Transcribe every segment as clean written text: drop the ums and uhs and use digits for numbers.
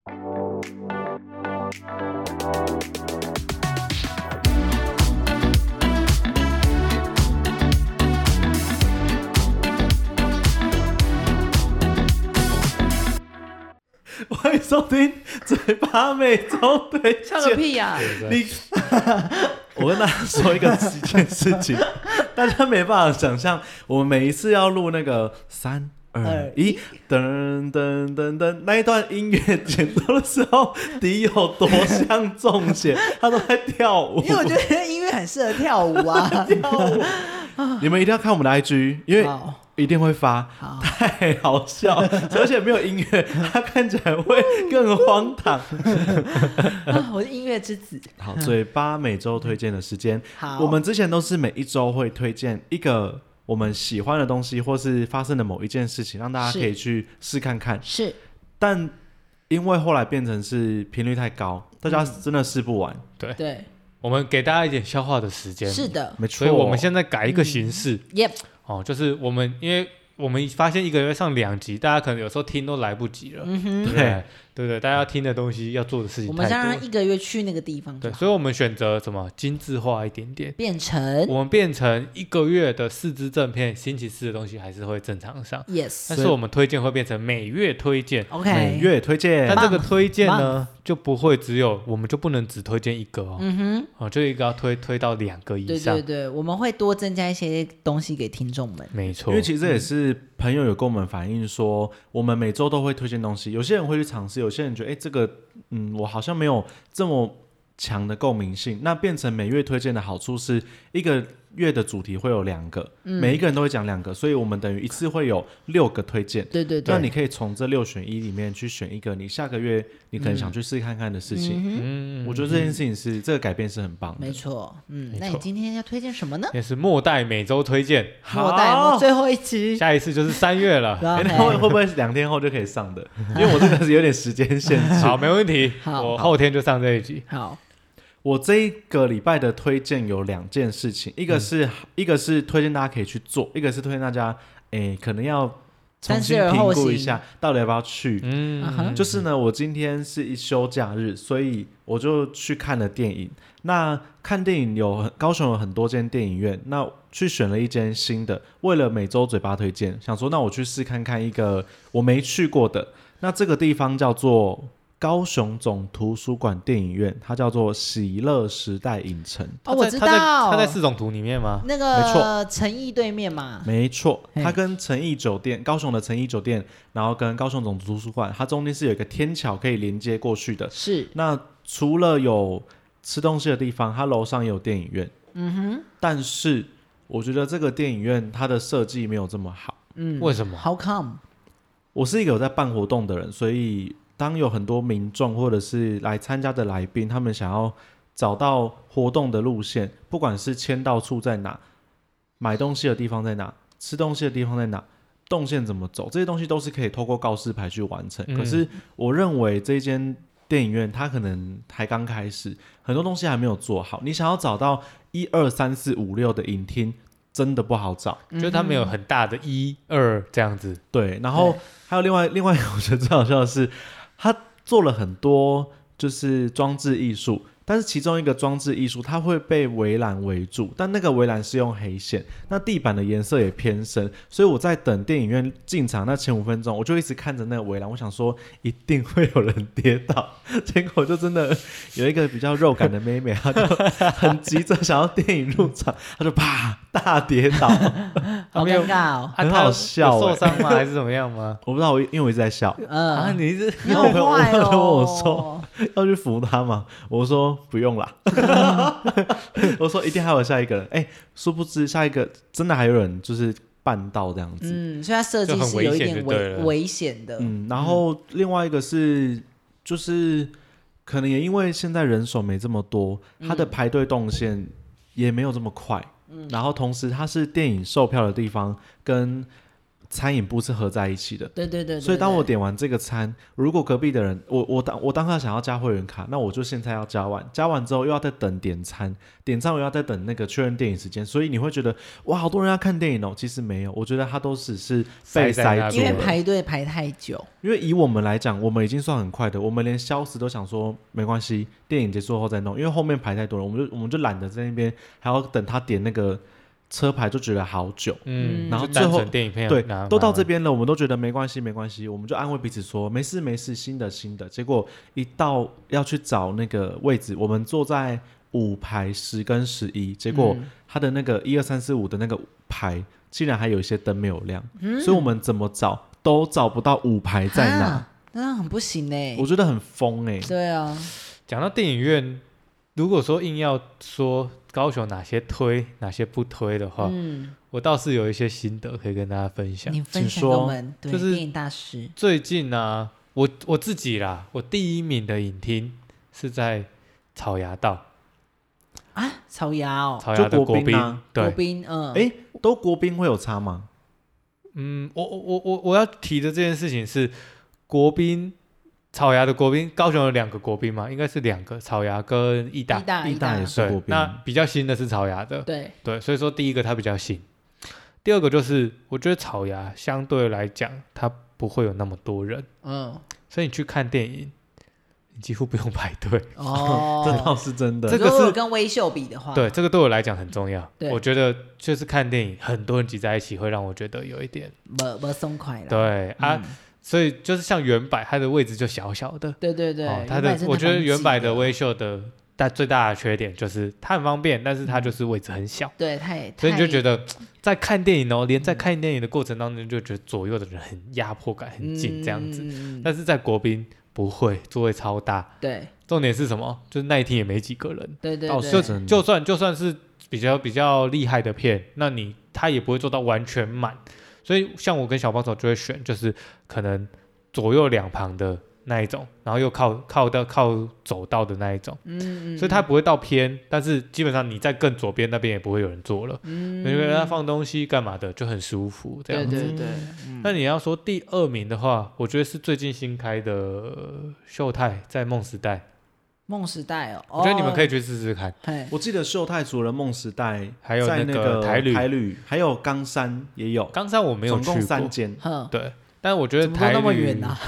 欢迎收听嘴巴每周推荐。 笑个屁呀、 你，我跟大家说一件事情，大家没办法想象，我们每一次要录那个3、2、1，噔噔噔噔，那一段音乐剪奏的时候，迪有多像中邪，他都在跳舞。 因为我觉得音乐很适合跳舞啊， 跳舞。你们一定要看我们的 IG， 因为一定会发，太好笑，而且没有音乐，它看起来会更荒唐。 我是音乐之子。 好，嘴巴每周推荐的时间， 好， 我们之前都是每一周会推荐一个我们喜欢的东西，或是发生的某一件事情，让大家可以去试看看。 是， 但因为后来变成是频率太高，大家真的试不完。 对，我们给大家一点消化的时间。 是的， 没错。 所以我们现在改一个形式。 Yep。 就是我们因为我们发现一个月上2集，大家可能有时候听都来不及了，对，大家要听的东西要做的事情太多， 我们想让一个月去那个地方， 对，所以我们选择什么精致化一点点，我们变成一个月的4支正片，星期4的东西还是会正常上 ，yes， 但是我们推荐会变成每月推荐 ，OK， 每月推荐， 但这个推荐呢就不会只有，我们就不能只推荐一个就一个要推到2个以上， 对，我们会多增加一些东西给听众们， 没错， 因为其实这也是朋友有跟我们反映说，我们每周都会推荐东西，有些人会去尝试，有些人觉得这个我好像没有这么强的共鸣性，那变成每月推荐的好处是一个月的主题会有2个，每一个人都会讲2个，所以我们等于一次会有6个推荐， 对， 那你可以从这6选1里面去选一个你下个月你可能想去试看看的事情，我觉得这件事情是这个改变是很棒的， 没错，那你今天要推荐什么呢？ 也是末代每周推荐， 末代最后一期， 下一次就是3月了， 那会不会2天后就可以上的？因为我这个是有点时间限制。 好，没问题，我后天就上这一集。 好。 我这一个礼拜的推荐有2件事情，一个是推荐大家可以去做，一个是推荐大家可能要重新评估一下到底要不要去。就是呢，我今天是一休假日，所以我就去看了电影。那看电影高雄有很多间电影院，那去选了一间新的，为了每周嘴巴推荐，想说那我去试看看一个我没去过的。那这个地方叫做高雄总图书馆电影院，它叫做喜乐时代影城。 我知道， 它在4种图里面吗？ 那个诚毅对面嘛。 没错，它跟诚毅酒店，高雄的诚毅酒店，然后跟高雄总图书馆，它中间是有一个天桥可以连接过去的。 是。 那除了有吃东西的地方，它楼上也有电影院。但是我觉得这个电影院它的设计没有这么好。 为什么 ？How come？ 我是一个有在办活动的人，所以当有很多民众或者是来参加的来宾，他们想要找到活动的路线，不管是签到处在哪，买东西的地方在哪，吃东西的地方在哪，动线怎么走，这些东西都是可以透过告示牌去完成。可是我认为这间电影院它可能才刚开始，很多东西还没有做好，你想要找到1、2、3、4、5、6的影厅真的不好找， 就是它没有很大的1、2这样子。 对，然后还有另外一个我觉得最好笑的是，他做了很多就是装置艺术，但是其中一个装置艺术它会被围栏围住，但那个围栏是用黑线，那地板的颜色也偏深，所以我在等电影院进场那前5分钟，我就一直看着那个围栏，我想说一定会有人跌倒，结果就真的有一个比较肉感的妹妹，她就很急着想要电影入场，她就啪大跌倒， 好尴尬哦， 很好笑受伤吗？还是怎么样吗？ 我不知道，因为我一直在笑。 你一直你好坏哦！ 问我说要去扶他吗？我说不用啦。我说一定还有下一个人。殊不知下一个真的还有人就是绊到这样子。 所以他设计是有一点危险的。 然后另外一个是就是可能也因为现在人手没这么多，他的排队动线也没有这么快。然后同时它是电影售票的地方，跟餐饮部是合在一起的。 对对 对， 所以当我点完这个餐，如果隔壁的人我当下想要加会员卡，那我就现在要加完之后又要再等点餐我又要再等那个确认电影时间，所以你会觉得哇好多人要看电影哦，其实没有，我觉得它都只是被塞住了， 因为排队排太久。 因为以我们来讲，我们已经算很快的，我们连消食都想说没关系，电影结束后再弄，因为后面排太多了，我们就懒得在那边还要等他点那个车牌，就觉得好久。然后最后电影票对都到这边了，我们都觉得没关系，我们就安慰彼此说没事没事，新的。结果一到要去找那个位置，我们坐在5排10跟11，结果他的那个1、2、3、4、5的那个排竟然还有一些灯没有亮，所以我们怎么找都找不到5排在哪， 那很不行欸， 我觉得很疯欸。 对啊， 讲到电影院，如果说硬要说高雄哪些推哪些不推的话，我倒是有一些心得可以跟大家分享。 你分享给我们，对， 就是电影大师。 最近啊，我自己啦，我第1名的影厅是在草衙道啊，草衙哦， 草衙的国宾啊，对， 国宾， 都国宾会有差吗？ 我要提的这件事情是国宾。草衙的国宾，高雄有2个国宾嘛，应该是2个，草衙跟义大也是国宾。 那比较新的是草衙的，对，所以说第一个它比较新。第二个就是我觉得草衙相对来讲它不会有那么多人，所以你去看电影，你几乎不用排队。 这倒是真的。 这个是跟微秀比的话， 对，这个对我来讲很重要。我觉得就是看电影，很多人挤在一起，会让我觉得有一点不松快了。 对啊。所以就是像原百，它的位置就小小的。 对对对， 它的我觉得原百的微秀的最大的缺点就是它很方便，但是它就是位置很小。 对， 所以你就觉得在看电影连在看电影的过程当中，就觉得左右的人很压迫感很紧这样子。但是在国宾不会，座位超大。 对， 重点是什么？就是那一天也没几个人。 对对对，就算是比较厉害的片，那它也不会做到完全满。所以像我跟小帮手就会选，就是可能左右2旁的那一种，然后又靠走道的那一种，所以它不会到偏，但是基本上你在更左边那边也不会有人坐了，因为它放东西干嘛的就很舒服这样子。 对对对。 那你要说第2名的话，我觉得是最近新开的秀泰在梦时代。 梦时代哦， 我觉得你们可以去试试看。 我记得秀泰除了梦时代， 还有那个台旅，还有冈山也有。 冈山我没有去过， 总共3间。 对，但我觉得台旅那么远啊，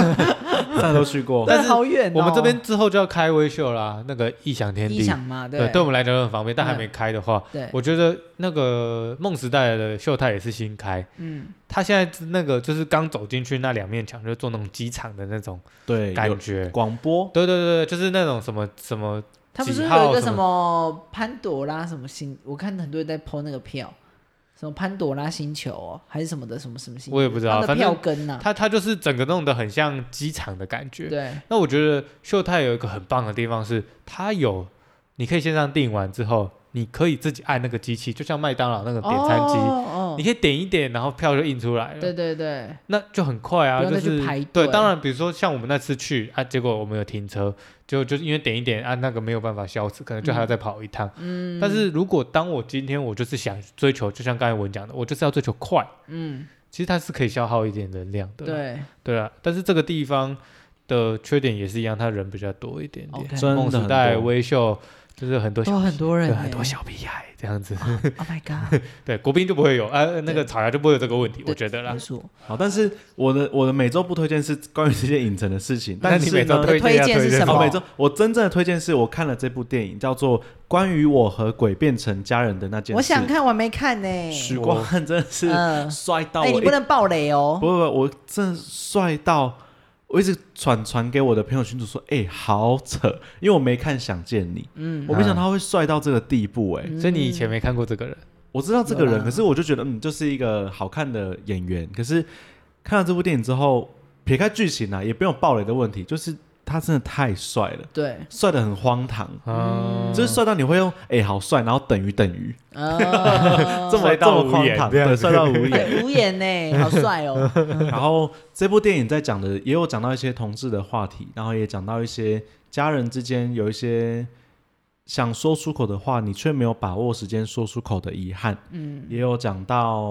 3都去过， 但是好远哦。 我们这边之后就要开微秀啦，那个异想天地， 异想嘛，对， 对我们来讲很方便，但还没开的话，我觉得那个梦时代的秀泰也是新开，他现在那个就是刚走进去那2面墙，就做那种机场的那种感觉， 广播， 对对对，就是那种什么他不是有一个什么潘朵拉什么星，我看很多人在 po 那个票，什么潘朵拉星球哦，还是什么的什么星球， 我也不知道， 反正票根啊， 它就是整个弄得很像机场的感觉。 对， 那我觉得秀泰有一个很棒的地方是，它有你可以线上订完之后，你可以自己按那个机器，就像麦当劳那个点餐机，你可以点一点，然后票就印出来了。 对对对， 那就很快啊，就是排队。 对，当然比如说像我们那次去啊，结果我们有停车，就是因为点一点啊，那个没有办法消失，可能就还要再跑一趟。但是如果当我今天我就是想追求，就像刚才我讲的，我就是要追求快，其实它是可以消耗一点能量的。 对对啊，但是这个地方的缺点也是一样，它人比较多一点点。 梦时代微秀。就是很多人， 很多小屁孩这样子。 Oh my god！ 对，国宾就不会有那个草衙就不会有这个问题，我觉得啦。 好，但是我的每周不推荐是关于这些影城的事情。但是你每周推荐是什么？ 每周我真正的推荐是我看了这部电影，叫做《关于我和鬼变成家人的那件事》。 我想看，我还没看呢。 许光汉真的是帅到你不能爆雷哦！ 不，我真的帅到。我一直传给我的朋友群组说，好扯，因为我没看《想见你》，我没想到他会帅到这个地步， 所以你以前没看过这个人？ 我知道这个人，可是我就觉得，就是一个好看的演员。可是看了这部电影之后，撇开剧情啊，也不用爆雷的问题，就是他真的太帅了， 对， 帅得很荒唐，就是帅到你会用好帅，然后等于，这么荒唐，对，帅到无言， 无言呢，好帅哦。 然后这部电影在讲的也有讲到一些同志的话题，然后也讲到一些家人之间有一些想说出口的话，你却没有把握时间说出口的遗憾，也有讲到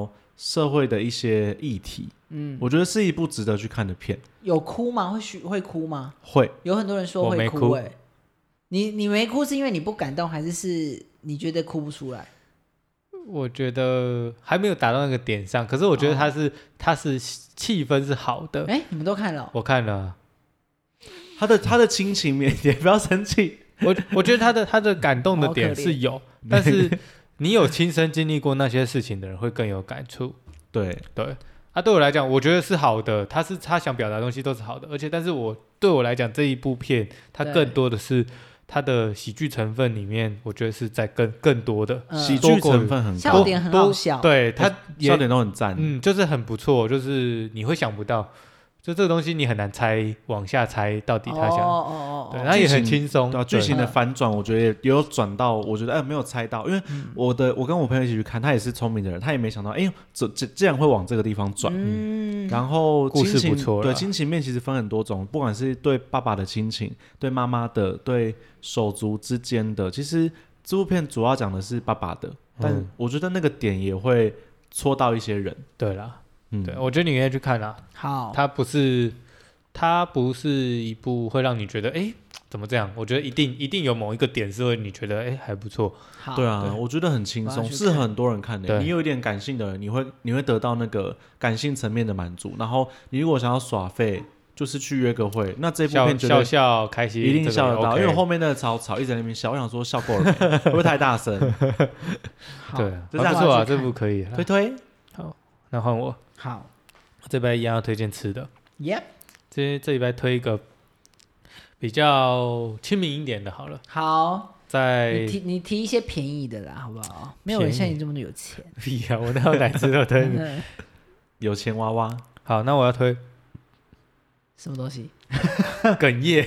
社会的一些议题。我觉得是一部值得去看的片。 有哭吗？会哭吗？ 会， 有很多人说会哭。你没哭是因为你不感动，还是你觉得哭不出来？ 我觉得还没有达到那个点上，可是我觉得它是气氛是好的。 你们都看了？ 我看了。 他的亲情面也不要生气。 我觉得他的感动的点是有，但是你有亲身经历过那些事情的人会更有感触。 对， 对我来讲，我觉得是好的，他想表达的东西都是好的，而且但是对我来讲这一部片，它更多的是它的喜剧成分里面，我觉得是在更多的喜剧成分很高， 笑点很好笑， 对，他笑点都很赞， 就是很不错，就是你会想不到。就这个东西你很难往下猜到底他想对，它也很轻松。 对，剧情的反转我觉得也有转到，我觉得没有猜到，因为我跟我朋友一起去看，他也是聪明的人，他也没想到这样会往这个地方转。然后故事不错， 对，亲情面其实分很多种，不管是对爸爸的亲情，对妈妈的，对手足之间的，其实这部片主要讲的是爸爸的，但我觉得那个点也会戳到一些人。 对啦。对，我觉得你可以去看啦。 好， 它不是一部会让你觉得怎么这样？我觉得一定有某一个点是会你觉得还不错。 对啊，我觉得很轻松，是很多人看的。你有一点感性的人，你会得到那个感性层面的满足。然后你如果想要耍废，就是去约个会，那这部片绝对笑开心， 一定笑得到。 因为我后面那个吵一直在那边笑，我想说笑够了没，会不会太大声？ 对，不错啊，这部可以推。 好，那换我。 好， 这礼拜一样要推荐吃的。 Yep， 这礼拜推一个比较亲民一点的，好了。 好，你提一些便宜的啦，好不好？没有人像你这么有钱。 屁啊！我哪有哪吃都推有钱娃娃。 好，那我要推什么东西？ 哽咽。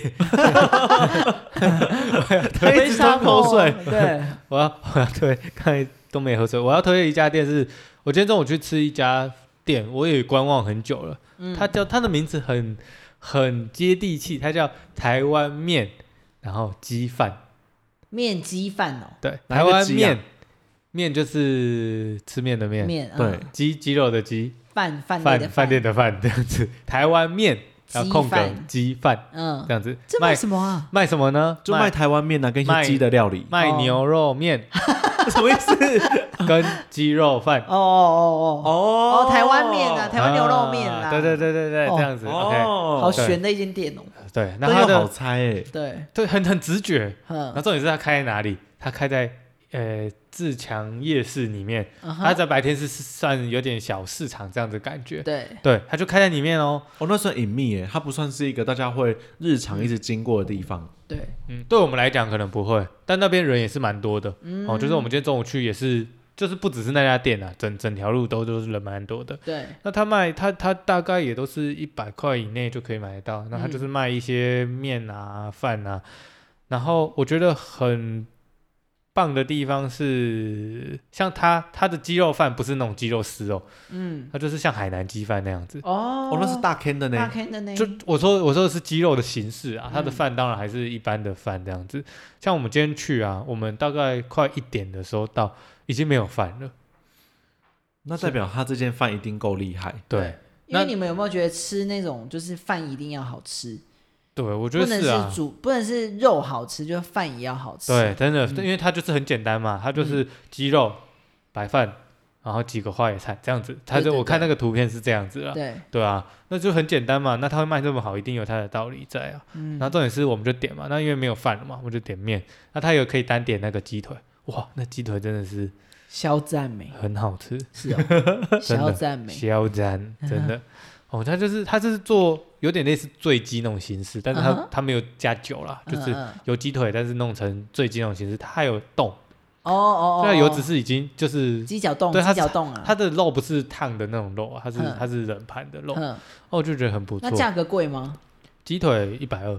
推伤口水。 对， 我要推，刚才都没喝水。我要推一家店是，我今天中午去吃一家店，我也观望很久了。它的名字很接地气，它叫台湾面，然后鸡饭。 面鸡饭哦。 对，台湾面就是吃面的面。 对， 鸡肉的鸡。饭店的饭这样子。台湾面。然后空格鸡饭，这样子。 这卖什么啊？ 卖什么呢？ 就卖台湾面啊，跟一些鸡的料理。 卖牛肉面。什么意思？跟鸡肉饭。 台湾面啊，台湾牛肉面啦。 对，这样子。OK， 好悬的一间店哦。 对，那它的好猜对， 很直觉。那重点是它开在哪里？它开在自强夜市里面，它在白天是算有点小市场这样子感觉。对，它就开在里面哦。 那算隐秘耶，它不算是一个大家会日常一直经过的地方。 对， 对我们来讲可能不会，但那边人也是蛮多的。就是我们今天中午去也是，就是不只是那家店啊，整条路都是人蛮多的。 对， 那他大概也都是100块以内就可以买得到。那他就是卖一些面啊、饭啊，然后我觉得很棒的地方是，像它的鸡肉饭不是那种鸡肉丝哦，它就是像海南鸡饭那样子。 那是大坑的呢。 就我说的是鸡肉的形式啊，它的饭当然还是一般的饭这样子。像我们今天去啊，我们大概快1点的时候到，已经没有饭了。 那代表他这间饭一定够厉害。 对， 因为你们有没有觉得吃那种就是饭一定要好吃？对， 我觉得是啊， 不能是肉好吃，就饭也要好吃。 对，真的，因为它就是很简单嘛，它就是鸡肉、白饭，然后几个花椰菜这样子。我看那个图片是这样子啦。对啊，那就很简单嘛。那它会卖这么好，一定有它的道理在啊。然后重点是我们就点嘛，那因为没有饭了嘛，我们就点面。那它有可以单点那个鸡腿，哇，那鸡腿真的是肖赞美， 很好吃。 是哦，肖赞美， 肖赞，真的。它就是做有点类似醉鸡那种形式，但是它没有加酒啦，就是有鸡腿，但是弄成醉鸡那种形式，它还有冻。所以油脂是已经就是鸡脚冻， 对， 鸡脚冻啊， 它的肉不是烫的那种肉啊，它是冷盘的肉。我就觉得很不错。 那价格贵吗？ 鸡腿120。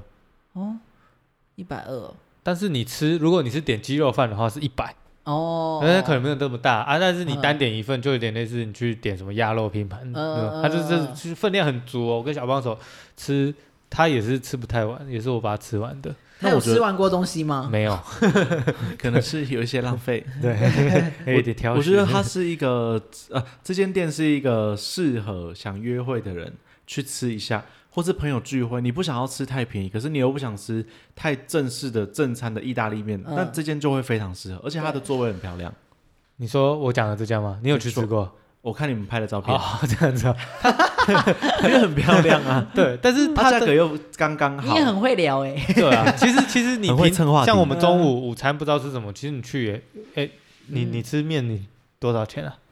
120。 但是如果你是点鸡肉饭的话是100。那可能没有这么大啊，但是你单点一份就有点类似你去点什么鸭肉拼盘，它就是分量很足哦。我跟小帮手吃他也是吃不太完，也是我把它吃完的。 他有吃完过东西吗？ 没有， 可能是有一些浪费。 对，有点挑食。 我觉得它是一个这间店是一个适合想约会的人去吃一下，或是朋友聚会，你不想要吃太便宜，可是你又不想吃太正式的正餐的意大利面，那这间就会非常适合，而且它的座位很漂亮。 你说我讲的这家吗？你有去吃过？ 我看你们拍的照片， 这样子， 因为很漂亮啊。 对，但是它价格又刚刚好。 你也很会聊对啊，其实你像我们中午午餐不知道吃什么，其实你去你吃面你多少钱啊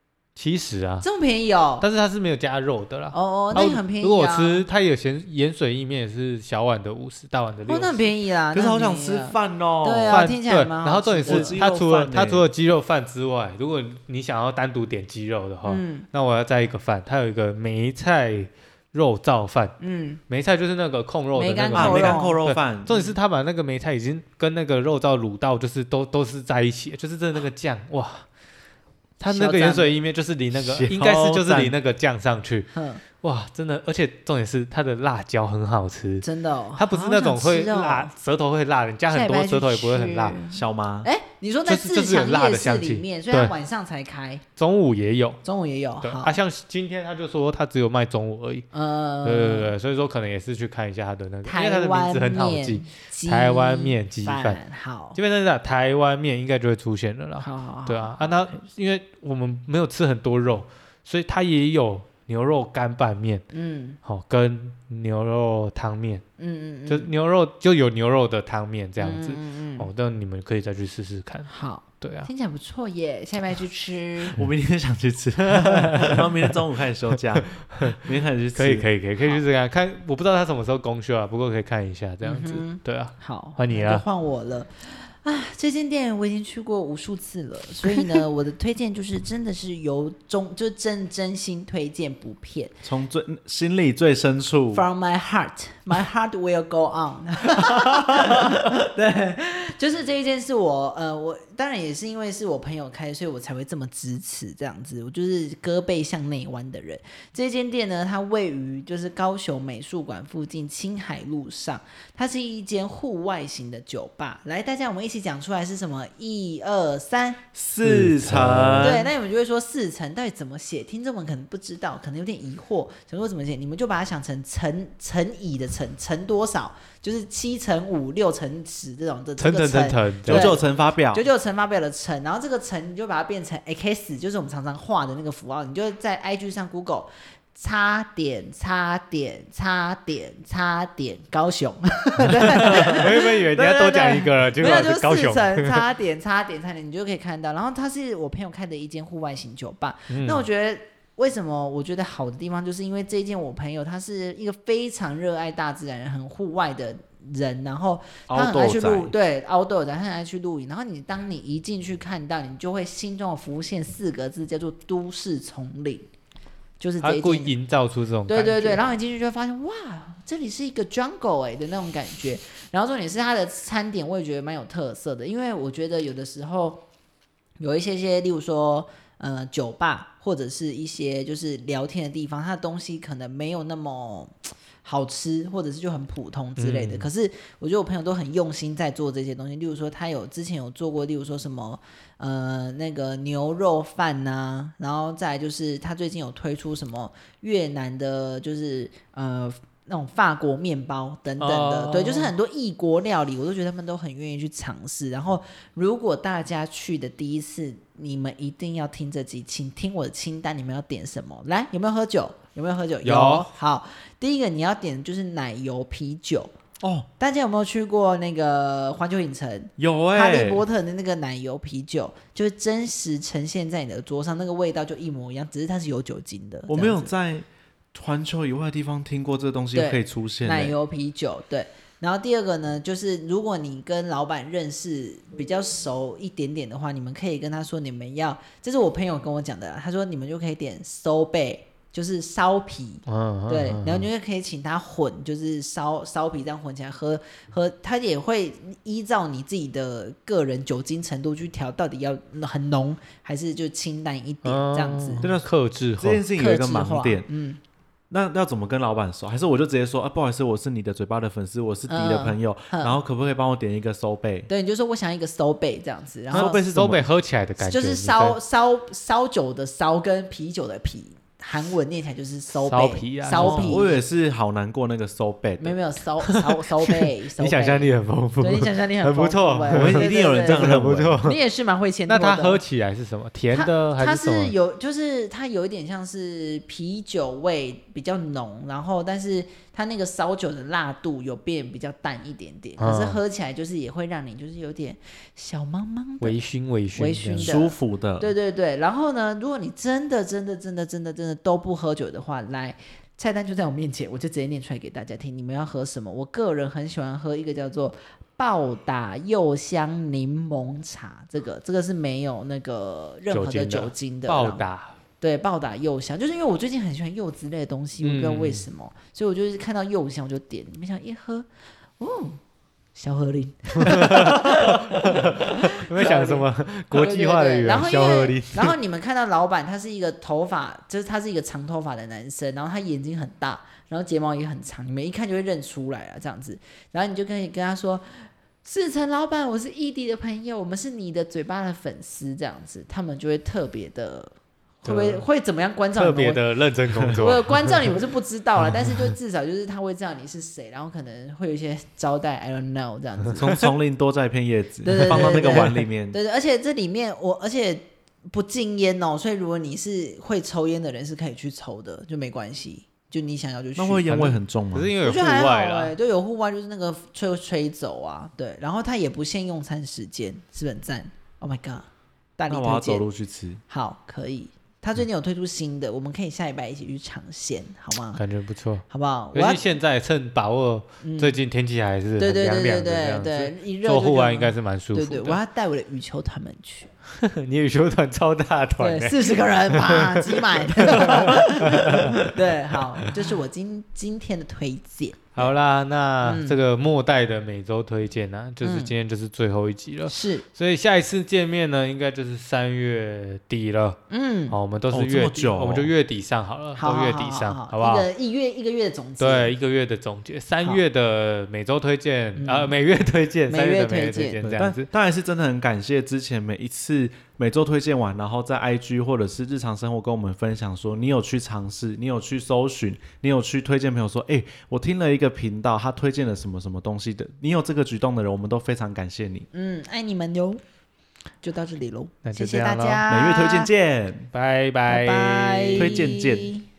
？70啊， 这么便宜哦！ 但是它是没有加肉的啦。 那也很便宜啊。 如果我吃它有盐水意面也是小碗的50，大碗的60。 那很便宜啦。 可是好想吃饭哦。 对啊，听起来蛮好吃。 然后重点是它除了鸡肉饭之外，如果你想要单独点鸡肉的话，那我要再一个饭，它有一个梅菜肉燥饭。梅菜就是那个控肉的那个梅干扣肉饭。 重点是他把那个梅菜已经跟那个肉燥卤到，就是都是在一起，就是真的那个酱哇。它那个盐水意面就是离那个应该是就是离那个酱上去，哇，真的，而且重点是它的辣椒很好吃， 真的它不是那种会辣，舌头会辣，你加很多舌头也不会很辣。 小吗？ 你说在自强夜市里面，所以它晚上才开， 中午也有。 对像今天他就说他只有卖中午而已。对，所以说可能也是去看一下他的那个，因为他的名字很好记，台湾面鸡饭。 好， 基本上是台湾面应该就会出现了啦。 好， 对啊，那因为我们没有吃很多肉，所以它也有牛肉干拌面，跟牛肉汤面，就牛肉就有牛肉的汤面这样子，那你们可以再去试试看。 好， 对啊， 听起来不错耶，下面去吃。 我明天想去吃，然后明天中午开始休假，明天开始去吃。 可以去试试看，我不知道他什么时候公休啊，不过可以看一下这样子。对啊， 好， 换你了， 换我了。这间店我已经去过无数次了，所以呢，我的推荐就是真的是就真心推荐不骗， 从心里最深处 ，From my heart will go on 。对，就是这一件是我当然也是因为是我朋友开，所以我才会这么支持这样子。我就是胳背向内弯的人。这间店呢，它位于就是高雄美术馆附近青海路上，它是一间户外型的酒吧。来，大家我们一起讲出来是什么？1、2、3，4层。对，那你们就会说4层到底怎么写？听众们可能不知道，可能有点疑惑，想说怎么写？你们就把它想成乘以的乘多少？就是7乘5、6乘10这种的这个乘 ，99乘法表 ，99乘法表的乘，然后这个乘你就把它变成 X， 就是我们常常画的那个符号，你就在 IG 上 Google。擦点高雄。 我原本以为你要多讲一个了，结果是高雄。 擦点，你就可以看到。然后它是我朋友开的一间户外型酒吧。那我觉得为什么我觉得好的地方，就是因为这一间我朋友他是一个非常热爱大自然、很户外的人，然后他很爱去露，对 outdoor 他很爱去露营。然后当你一进去看到，你就会心中浮现4个字，叫做都市丛林。就是这一他故意营造出这种感觉， 对，然后你进去就会发现，哇，这里是一个 jungle 的那种感觉。然后重点是它的餐点，我也觉得蛮有特色的，因为我觉得有的时候有一些，例如说酒吧或者是一些就是聊天的地方，它的东西可能没有那么好吃，或者是就很普通之类的。可是我觉得我朋友都很用心在做这些东西，例如说他之前有做过，例如说什么那个牛肉饭啊，然后再来就是他最近有推出什么越南的，就是那种法国面包等等的，对，就是很多异国料理，我都觉得他们都很愿意去尝试。然后如果大家去的第一次，你们一定要听这集，请听我的清单，你们要点什么？来，有没有喝酒？有。好，第一个你要点的就是奶油啤酒。大家有没有去过那个环球影城？ 有哈利波特的那个奶油啤酒，就是真实呈现在你的桌上，那个味道就一模一样，只是它是有酒精的。 我没有在环球以外的地方听过这个东西可以出现奶油啤酒，对。然后第二个呢，就是如果你跟老板认识比较熟一点点的话，你们可以跟他说你们要，这是我朋友跟我讲的啦，他说你们就可以点收贝，就是烧啤，对，然后你就可以请他混，就是烧啤这样混起来喝，他也会依照你自己的个人酒精程度去调，到底要很浓还是就清淡一点这样子， 对，克制化。 这件事情有一个盲点， 那要怎么跟老板说？还是我就直接说不好意思，我是你的嘴巴的粉丝，我是迪的朋友，然后可不可以帮我点一个收贝？ 对，你就说我想要一个收贝这样子，然后收贝是收贝喝起来的感觉， 就是烧酒的烧跟啤酒的啤。韩文念起来就是烧皮啊， 烧皮。 我以为是好难过那个收贝， 没有烧贝。 你想象力很丰富， 对，你想象力很不错， 我们一定有人这样认为， 不错。 你也是蛮会牵拖的。 那它喝起来是什么？甜的还是什么？ 它是有，就是它有一点像是啤酒味比较浓，然后但是它那个烧酒的辣度有变比较淡一点点，可是喝起来就是也会让你就是有点小茫茫的微醺的舒服的。 对对对，然后呢，如果你真的都不喝酒的话，来菜单就在我面前，我就直接念出来给大家听。你们要喝什么？我个人很喜欢喝一个叫做暴打柚香柠檬茶，这个是没有那个任何的酒精的。 暴打。 对，暴打柚香，就是因为我最近很喜欢柚子类的东西，我不知道为什么，所以我就是看到柚香我就点，没想到一喝，小河林， 有没有想什么国际化的语言？小河林。 然后你们看到老板，他是一个头发，就是他是一个长头发的男生，然后他眼睛很大，然后睫毛也很长，你们一看就会认出来了这样子。然后你就可以跟他说：“世成老板，我是易迪的朋友，我们是你的嘴巴的粉丝。”这样子，他们就会特别的。会怎么样关照你？ 特别的认真工作。 我关照你我是不知道了，但是就至少就是他会知道你是谁，然后可能会有一些招待 I don't know 这样子。 从丛林多摘一片叶子，放到那个碗里面。 对，而且这里面而且不禁烟哦，所以如果你是会抽烟的人是可以去抽的，就没关系。就你想要就去。 那会烟味很重吗？ 可是因为有户外啦， 对，有户外就是那个吹走啊，对，然后它也不限用餐时间，是不是很赞 ？Oh my god， 大力推荐。 那我要走路去吃。 好，可以。他最近有推出新的，我们可以下礼拜一起去尝鲜，好吗？ 感觉不错， 好不好？ 尤其现在趁把握，最近天气还是很凉凉的这样子， 一热做户外应该是蛮舒服的。 对，我要带我的羽球团们去。 你羽球团超大团， 对，40个人吧，挤满。对，好，这是我今天的推荐。 好啦，那这个末代的每周推荐呢，就是今天就是最后一集了， 是， 所以下一次见面呢，应该就是3月底了。好，我们都是月底，我们就月底上好了，都月底上，好不好？ 一个月的总结， 对，1个月的总结，3月的每周推荐，每月推荐，3月的每月推荐这样子。 当然是真的很感谢之前每一次每周推荐完，然后在 IG 或者是日常生活跟我们分享说，你有去尝试，你有去搜寻，你有去推荐朋友说，我听了一个频道，他推荐了什么什么东西的，你有这个举动的人，我们都非常感谢你。 爱你们哟。就到这里喽， 谢谢大家， 每月推荐见， 拜拜， 推荐见。